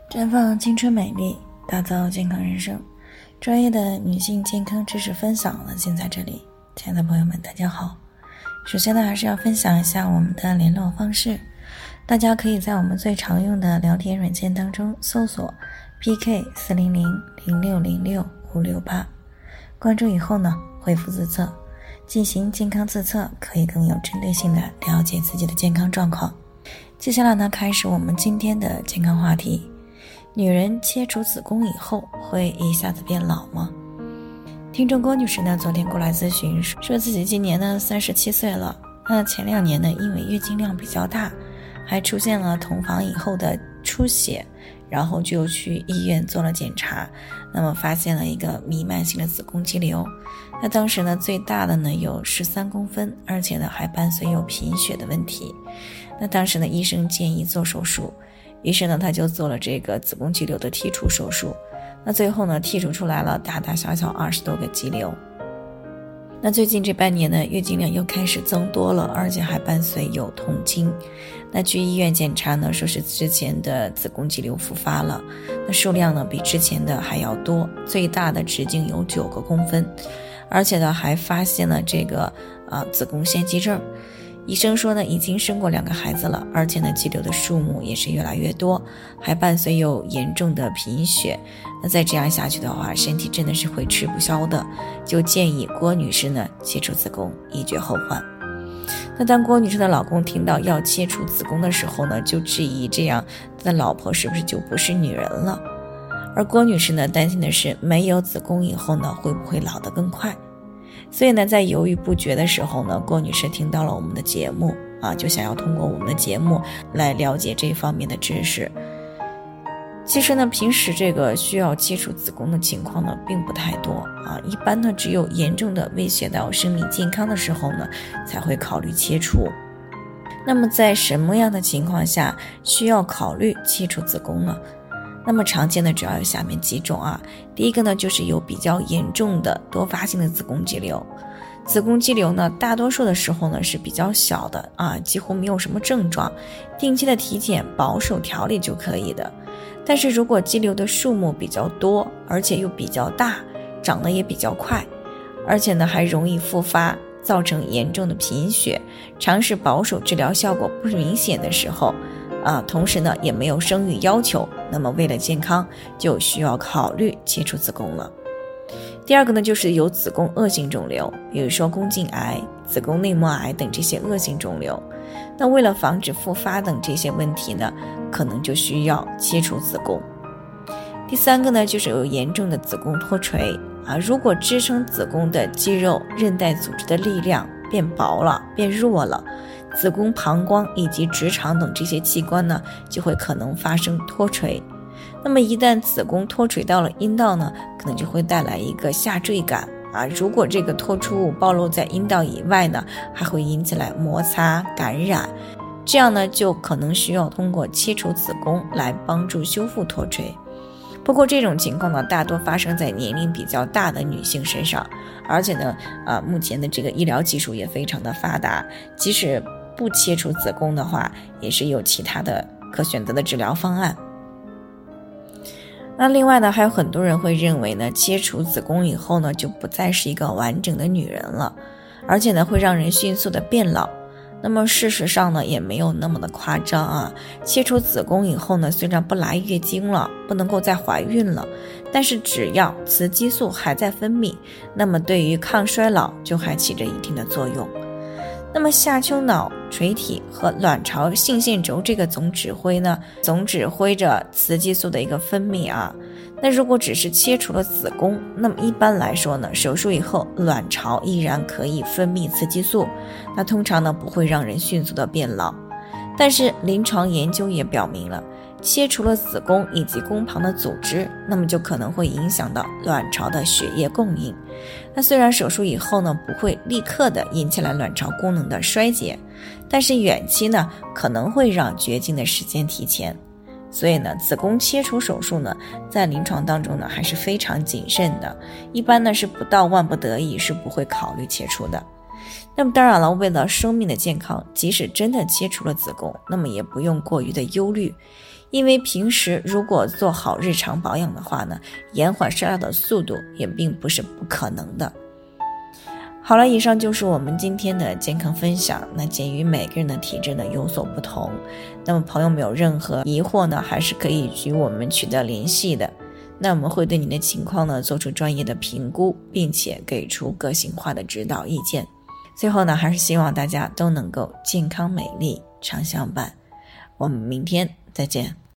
绽放青春美丽，打造健康人生。专业的女性健康知识分享了，现在这里，亲爱的朋友们，大家好。首先呢，还是要分享一下我们的联络方式，大家可以在我们最常用的聊天软件当中搜索 PK400060658，关注以后呢，回复自测，进行健康自测，可以更有针对性的了解自己的健康状况。接下来呢，开始我们今天的健康话题。女人切除子宫以后会一下子变老吗？听众郭女士呢，昨天过来咨询，说自己今年呢37岁了，那前2年呢，因为月经量比较大，还出现了同房以后的出血，然后就去医院做了检查，那么发现了一个弥漫性的子宫肌瘤，那当时呢最大的呢有13公分，而且呢还伴随有贫血的问题。那当时呢医生建议做手术，于是呢他就做了这个子宫肌瘤的剔除手术，那最后呢剔除出来了大大小小20多个肌瘤。那最近这半年呢，月经量又开始增多了，而且还伴随有痛经。那去医院检查呢，说是之前的子宫肌瘤复发了，那数量呢比之前的还要多，最大的直径有9个公分，而且呢还发现了这个子宫腺肌症。医生说呢，已经生过2个孩子了，而且呢肌瘤的数目也是越来越多，还伴随有严重的贫血。那再这样下去的话，身体真的是会吃不消的，就建议郭女士呢切除子宫，以绝后患。那当郭女士的老公听到要切除子宫的时候呢，就质疑这样他的老婆是不是就不是女人了。而郭女士呢担心的是，没有子宫以后呢会不会老得更快。所以呢，在犹豫不决的时候呢，郭女士听到了我们的节目就想要通过我们的节目来了解这方面的知识。其实呢，平时这个需要切除子宫的情况呢并不太多一般呢只有严重的威胁到生命健康的时候呢才会考虑切除。那么在什么样的情况下需要考虑切除子宫呢？那么常见的主要有下面几种第一个呢，就是有比较严重的多发性的子宫肌瘤。子宫肌瘤呢，大多数的时候呢是比较小的几乎没有什么症状，定期的体检保守调理就可以的。但是如果肌瘤的数目比较多，而且又比较大，长得也比较快，而且呢还容易复发，造成严重的贫血，尝试保守治疗效果不明显的时候同时呢也没有生育要求，那么为了健康就需要考虑切除子宫了。第二个呢，就是有子宫恶性肿瘤，比如说宫颈癌、子宫内膜癌等这些恶性肿瘤。那为了防止复发等这些问题呢，可能就需要切除子宫。第三个呢，就是有严重的子宫脱垂如果支撑子宫的肌肉、韧带组织的力量变薄了、变弱了，子宫、膀胱以及直肠等这些器官呢，就会可能发生脱垂。那么一旦子宫脱垂到了阴道呢，可能就会带来一个下坠感如果这个脱出物暴露在阴道以外呢，还会引起来摩擦、感染，这样呢就可能需要通过切除子宫来帮助修复脱垂。不过这种情况呢，大多发生在年龄比较大的女性身上，而且呢目前的这个医疗技术也非常的发达，即使不切除子宫的话，也是有其他的可选择的治疗方案。那另外呢，还有很多人会认为呢，切除子宫以后呢，就不再是一个完整的女人了，而且呢，会让人迅速的变老。那么事实上呢，也没有那么的夸张切除子宫以后呢，虽然不来月经了，不能够再怀孕了，但是只要雌激素还在分泌，那么对于抗衰老就还起着一定的作用。那么下丘脑垂体和卵巢性腺轴这个总指挥着雌激素的一个分泌那如果只是切除了子宫，那么一般来说呢，手术以后卵巢依然可以分泌雌激素，那通常呢不会让人迅速的变老。但是临床研究也表明了，切除了子宫以及宫旁的组织，那么就可能会影响到卵巢的血液供应。那虽然手术以后呢不会立刻的引起来卵巢功能的衰竭，但是远期呢可能会让绝经的时间提前。所以呢，子宫切除手术呢，在临床当中呢还是非常谨慎的，一般呢是不到万不得已是不会考虑切除的。 那么当然了，为了生命的健康，即使真的切除了子宫，那么也不用过于的忧虑，因为平时如果做好日常保养的话呢，延缓衰老的速度也并不是不可能的。好了，以上就是我们今天的健康分享。那鉴于每个人的体质呢有所不同，那么朋友们有任何疑惑呢，还是可以与我们取得联系的。那我们会对你的情况呢做出专业的评估，并且给出个性化的指导意见。最后呢，还是希望大家都能够健康美丽常相伴。我们明天再见。